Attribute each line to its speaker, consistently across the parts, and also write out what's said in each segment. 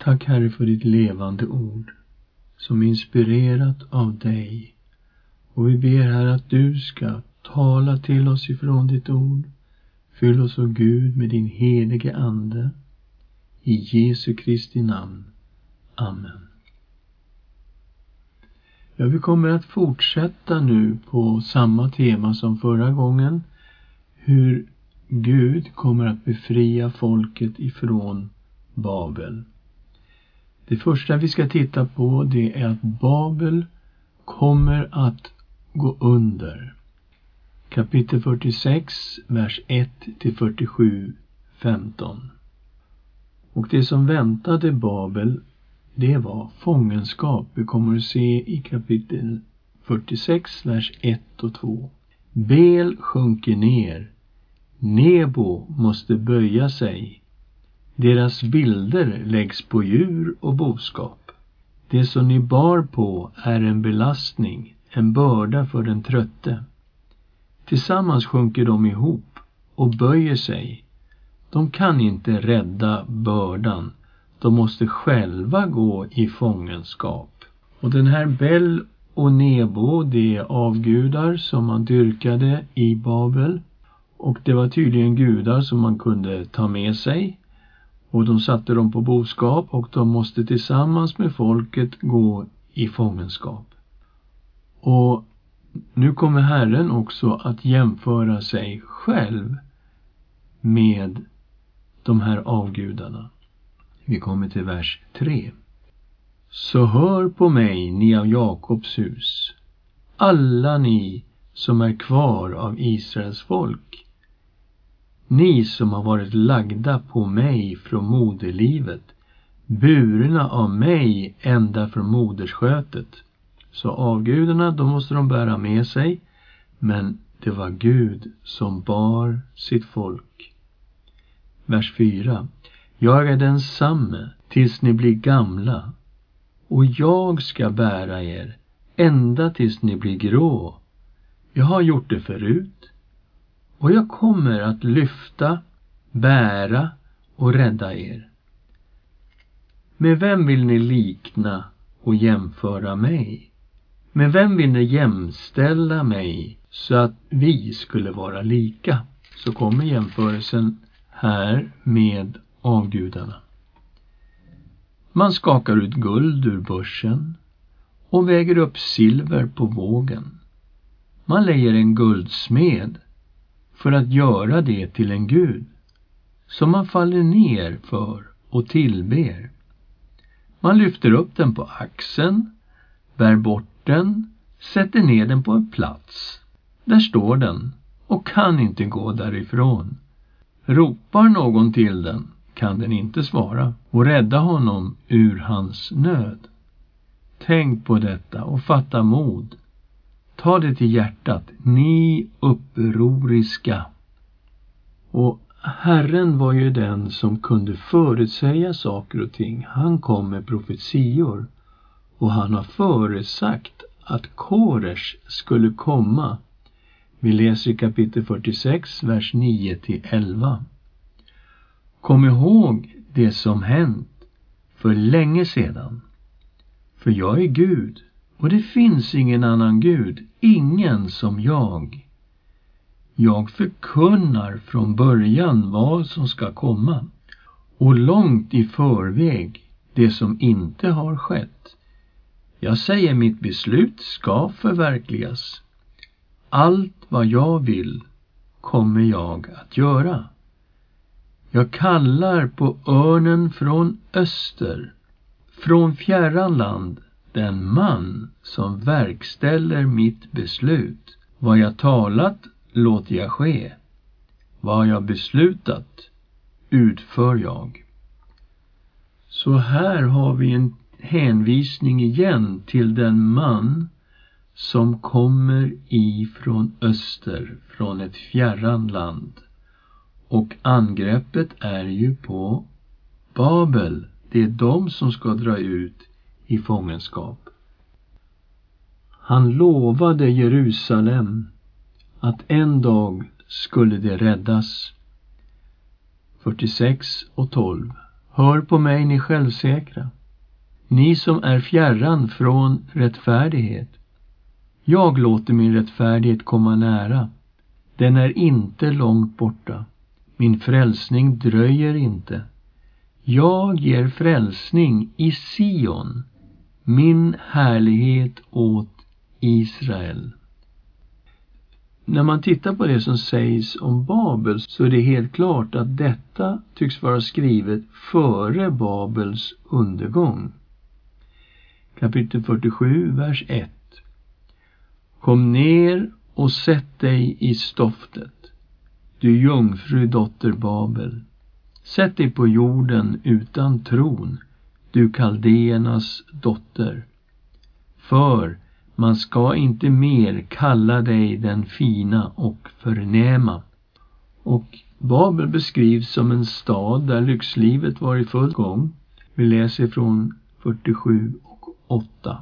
Speaker 1: Tack Herre för ditt levande ord som är inspirerat av dig. Och vi ber Herre att du ska tala till oss ifrån ditt ord. Fyll oss, o Gud, med din helige ande. I Jesu Kristi namn. Amen. Ja, vi kommer att fortsätta nu på samma tema som förra gången. Hur Gud kommer att befria folket ifrån Babel. Det första vi ska titta på, det är att Babel kommer att gå under. Kapitel 46, vers 1-47, 15. Och det som väntade Babel, det var fångenskap. Vi kommer att se i kapitel 46, vers 1 och 2. Bel sjunker ner. Nebo måste böja sig. Deras bilder läggs på djur och boskap. Det som ni bar på är en belastning, en börda för den trötte. Tillsammans sjunker de ihop och böjer sig. De kan inte rädda bördan. De måste själva gå i fångenskap. Och den här Bel och Nebo, det är avgudar som man dyrkade i Babel. Och det var tydligen gudar som man kunde ta med sig. Och de satte dem på boskap och de måste tillsammans med folket gå i fångenskap. Och nu kommer Herren också att jämföra sig själv med de här avgudarna. Vi kommer till vers 3. Så hör på mig, ni av Jakobs hus, alla ni som är kvar av Israels folk. Ni som har varit lagda på mig från moderlivet, burna av mig ända från moderskötet. Så avgudarna, då måste de bära med sig, men det var Gud som bar sitt folk. Vers 4. Jag är densamme tills ni blir gamla, och jag ska bära er ända tills ni blir grå. Jag har gjort det förut, och jag kommer att lyfta, bära och rädda er. Med vem vill ni likna och jämföra mig? Med vem vill ni jämställa mig så att vi skulle vara lika? Så kommer jämförelsen här med avgudarna. Man skakar ut guld ur börsen och väger upp silver på vågen. Man lägger en guldsmed för att göra det till en gud som man faller ner för och tillber. Man lyfter upp den på axeln, bär bort den, sätter ner den på en plats. Där står den och kan inte gå därifrån. Ropar någon till den kan den inte svara och rädda honom ur hans nöd. Tänk på detta och fatta mod. Ta det till hjärtat, ni upproriska. Och Herren var ju den som kunde förutsäga saker och ting. Han kom med profetior och han har förutsagt att Koresh skulle komma. Vi läser i kapitel 46, vers 9-11. Kom ihåg det som hänt för länge sedan. För jag är Gud, och det finns ingen annan Gud, ingen som jag. Jag förkunnar från början vad som ska komma, och långt i förväg det som inte har skett. Jag säger mitt beslut ska förverkligas. Allt vad jag vill kommer jag att göra. Jag kallar på örnen från öster, från fjärran land, den man som verkställer mitt beslut. Vad jag talat låter jag ske. Vad jag beslutat utför jag. Så här har vi en hänvisning igen till den man som kommer ifrån öster, från ett fjärran land. Och angreppet är ju på Babel. Det är de som ska dra ut i fångenskap. Han lovade Jerusalem att en dag skulle det räddas. 46 och 12. Hör på mig, ni självsäkra, ni som är fjärran från rättfärdighet. Jag låter min rättfärdighet komma nära. Den är inte långt borta. Min frälsning dröjer inte. Jag ger frälsning i Sion, min härlighet åt Israel. När man tittar på det som sägs om Babel så är det helt klart att detta tycks vara skrivet före Babels undergång. Kapitel 47, vers 1. Kom ner och sätt dig i stoftet, du jungfru dotter Babel. Sätt dig på jorden utan tron, du kaldéernas dotter. För man ska inte mer kalla dig den fina och förnäma. Och Babel beskrivs som en stad där lyxlivet var i full gång. Vi läser från 47 och 8.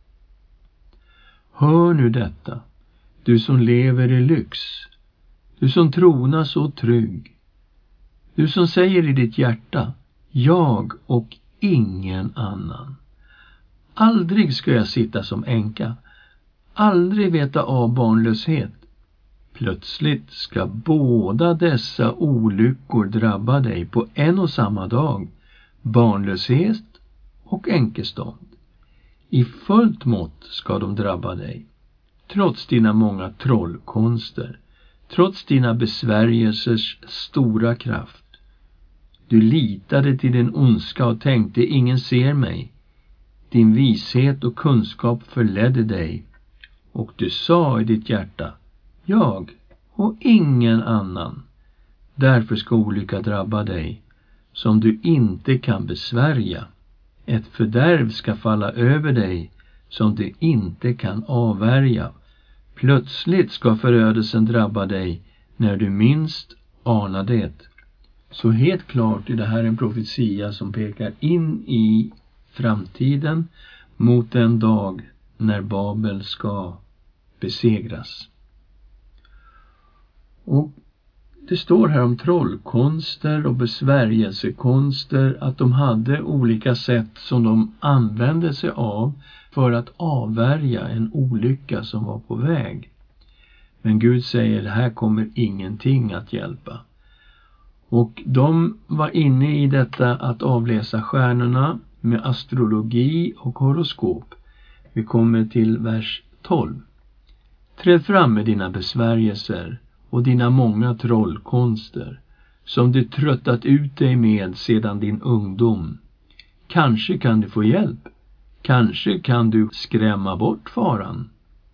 Speaker 1: Hör nu detta, du som lever i lyx, du som tronar så trygg, du som säger i ditt hjärta, jag och ingen annan. Aldrig ska jag sitta som änka, aldrig veta av barnlöshet. Plötsligt ska båda dessa olyckor drabba dig på en och samma dag, barnlöshet och änkestånd. I fullt mått ska de drabba dig, trots dina många trollkonster, trots dina besvärjelsers stora kraft. Du litade till din ondska och tänkte, ingen ser mig. Din vishet och kunskap förledde dig, och du sa i ditt hjärta, jag och ingen annan. Därför ska olycka drabba dig, som du inte kan besvärja. Ett fördärv ska falla över dig, som du inte kan avvärja. Plötsligt ska förödelsen drabba dig, när du minst anar det. Så helt klart är det här en profetia som pekar in i framtiden mot den dag när Babel ska besegras. Och det står här om trollkonster och besvärjelsekonster, att de hade olika sätt som de använde sig av för att avvärja en olycka som var på väg. Men Gud säger, det här kommer ingenting att hjälpa. Och de var inne i detta att avläsa stjärnorna med astrologi och horoskop. Vi kommer till vers 12. Träd fram med dina besvärjelser och dina många trollkonster, som du tröttat ut dig med sedan din ungdom. Kanske kan du få hjälp, kanske kan du skrämma bort faran.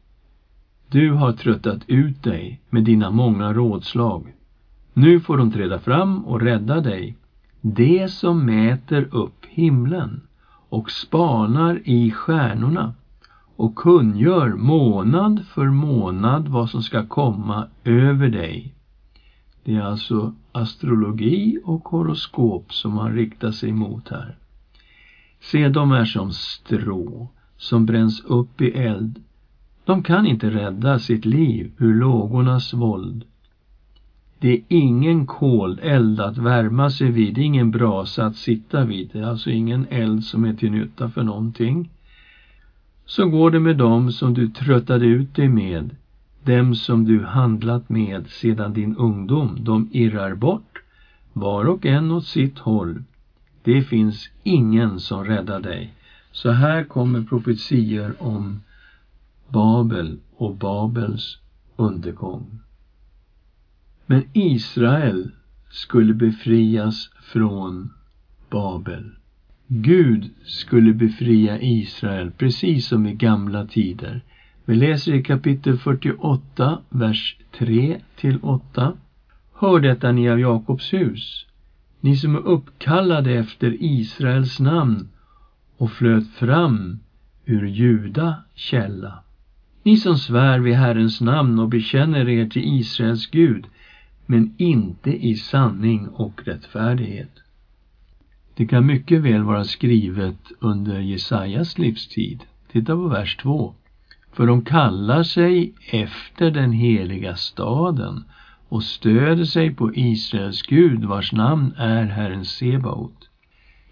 Speaker 1: Du har tröttat ut dig med dina många rådslag. Nu får de träda fram och rädda dig, det som mäter upp himlen och spanar i stjärnorna och kungör månad för månad vad som ska komma över dig. Det är alltså astrologi och horoskop som man riktar sig mot här. Se, de är som strå som bränns upp i eld. De kan inte rädda sitt liv ur lågornas våld. Det är ingen koleld att värma sig vid, ingen brasa att sitta vid. Det är alltså ingen eld som är till nytta för någonting. Så går det med dem som du tröttade ut dig med, dem som du handlat med sedan din ungdom. De irrar bort, var och en åt sitt håll. Det finns ingen som räddar dig. Så här kommer profetier om Babel och Babels undergång. Men Israel skulle befrias från Babel. Gud skulle befria Israel precis som i gamla tider. Vi läser i kapitel 48, vers 3-8. Hör detta, ni av Jakobs hus, ni som är uppkallade efter Israels namn och flöt fram ur Juda källa. Ni som svär vid Herrens namn och bekänner er till Israels Gud, men inte i sanning och rättfärdighet. Det kan mycket väl vara skrivet under Jesajas livstid. Titta på vers 2. För de kallar sig efter den heliga staden och stöder sig på Israels Gud, vars namn är Herren Sebaot.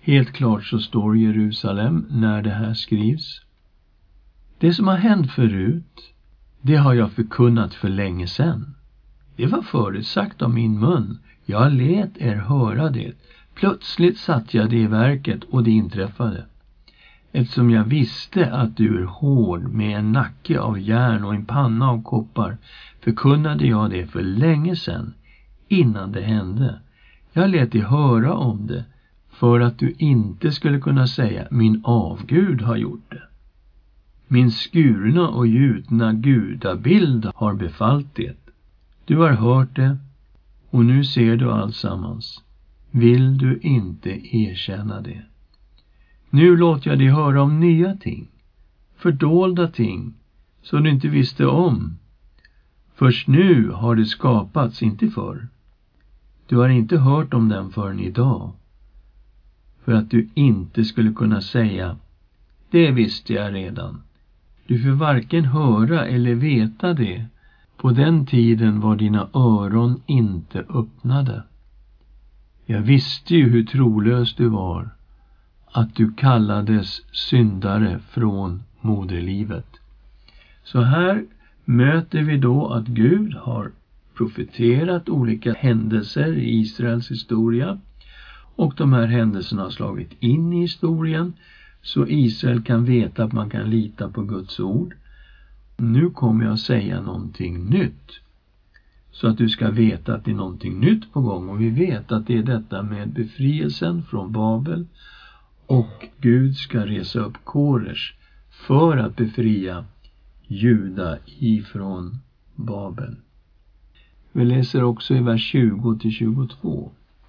Speaker 1: Helt klart så står Jerusalem när det här skrivs. Det som har hänt förut, det har jag förkunnat för länge sedan. Det var förutsagt av min mun. Jag lät er höra det. Plötsligt satt jag det i verket och det inträffade. Eftersom jag visste att du är hård med en nacke av järn och en panna av koppar, förkunnade jag det för länge sedan, innan det hände. Jag lät dig höra om det, för att du inte skulle kunna säga, min avgud har gjort det. Min skurna och gjutna gudabild har befallt det. Du har hört det, och nu ser du allsammans. Vill du inte erkänna det? Nu låter jag dig höra om nya ting, fördolda ting, som du inte visste om. Först nu har det skapats, inte förr. Du har inte hört om den förrän idag, för att du inte skulle kunna säga, det visste jag redan. Du får varken höra eller veta det. På den tiden var dina öron inte öppnade. Jag visste ju hur trolös du var, att du kallades syndare från moderlivet. Så här möter vi då att Gud har profeterat olika händelser i Israels historia, och de här händelserna har slagit in i historien, så Israel kan veta att man kan lita på Guds ord. Nu kommer jag säga någonting nytt, så att du ska veta att det är någonting nytt på gång. Och vi vet att det är detta med befrielsen från Babel, och Gud ska resa upp Koresh för att befria Juda ifrån Babel. Vi läser också i vers 20-22.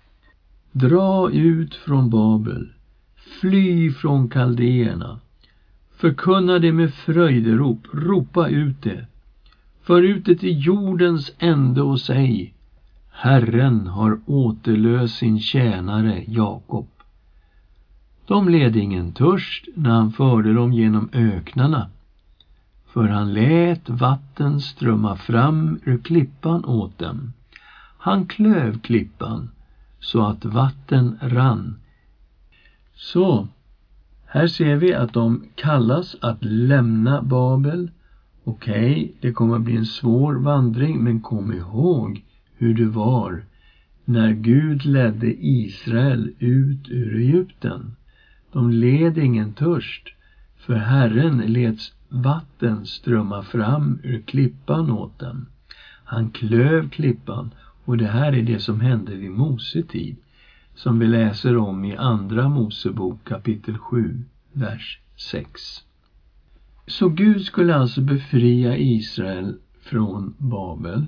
Speaker 1: Dra ut från Babel, fly från kaldeerna, förkunna det med fröjderop, ropa ut det. För ut det till jordens ände och säg, Herren har återlöst sin tjänare Jakob. De led ingen törst när han förde dem genom öknarna, för han lät vatten strömma fram ur klippan åt dem. Han klöv klippan så att vatten rann. Så, här ser vi att de kallas att lämna Babel. Okej, det kommer att bli en svår vandring, men kom ihåg hur det var när Gud ledde Israel ut ur Egypten. De led ingen törst, för Herren lät vatten strömma fram ur klippan åt dem. Han klöv klippan, och det här är det som hände vid Mosetid, som vi läser om i andra Mosebok kapitel 7, vers 6. Så Gud skulle alltså befria Israel från Babel,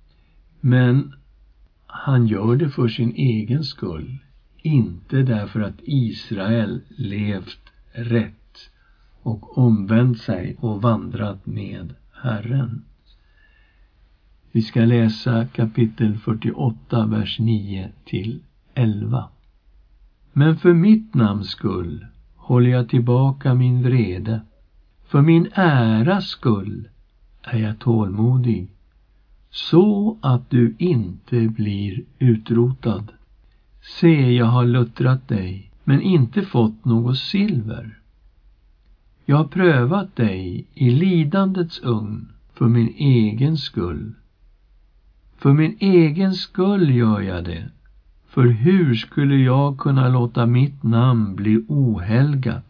Speaker 1: men han gör det för sin egen skull, inte därför att Israel levt rätt och omvänt sig och vandrat med Herren. Vi ska läsa kapitel 48, vers 9-11. Men för mitt namns skull håller jag tillbaka min vrede. För min äras skull är jag tålmodig, så att du inte blir utrotad. Se, jag har luttrat dig, men inte fått något silver. Jag har prövat dig i lidandets ugn för min egen skull. För min egen skull gör jag det. För hur skulle jag kunna låta mitt namn bli ohelgat?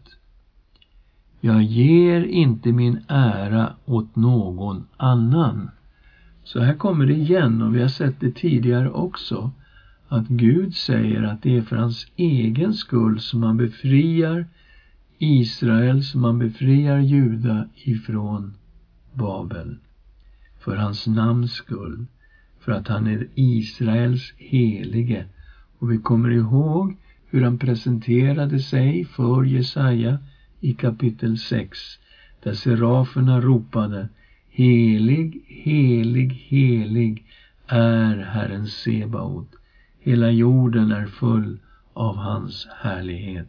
Speaker 1: Jag ger inte min ära åt någon annan. Så här kommer det igen, och vi har sett det tidigare också, att Gud säger att det är för hans egen skull som man befriar Israel, som man befriar Juda ifrån Babel. För hans namns skull, för att han är Israels helige. Och vi kommer ihåg hur han presenterade sig för Jesaja i kapitel 6, där seraferna ropade, helig, helig, helig är Herren Sebaot. Hela jorden är full av hans härlighet.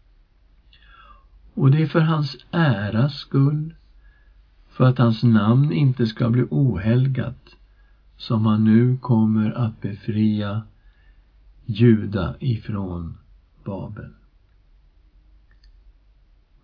Speaker 1: Och det är för hans äras skull, för att hans namn inte ska bli ohelgat, som han nu kommer att befria Juda ifrån Babel.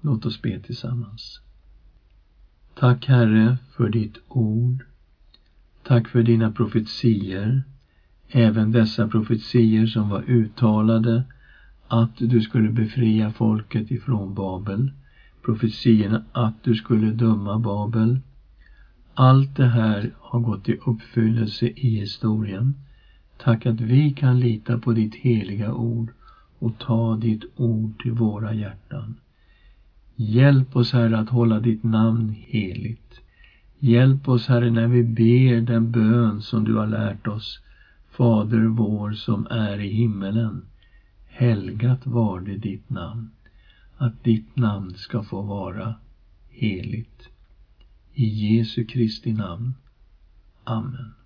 Speaker 1: Låt oss be tillsammans. Tack Herre för ditt ord. Tack för dina profetier. Även dessa profetier som var uttalade att du skulle befria folket ifrån Babel. Profetierna att du skulle döma Babel. Allt det här har gått i uppfyllelse i historien. Tack att vi kan lita på ditt heliga ord och ta ditt ord till våra hjärtan. Hjälp oss Herre att hålla ditt namn heligt. Hjälp oss Herre när vi ber den bön som du har lärt oss. Fader vår som är i himmelen. Helgat var det ditt namn. Att ditt namn ska få vara heligt. I Jesu Kristi namn. Amen.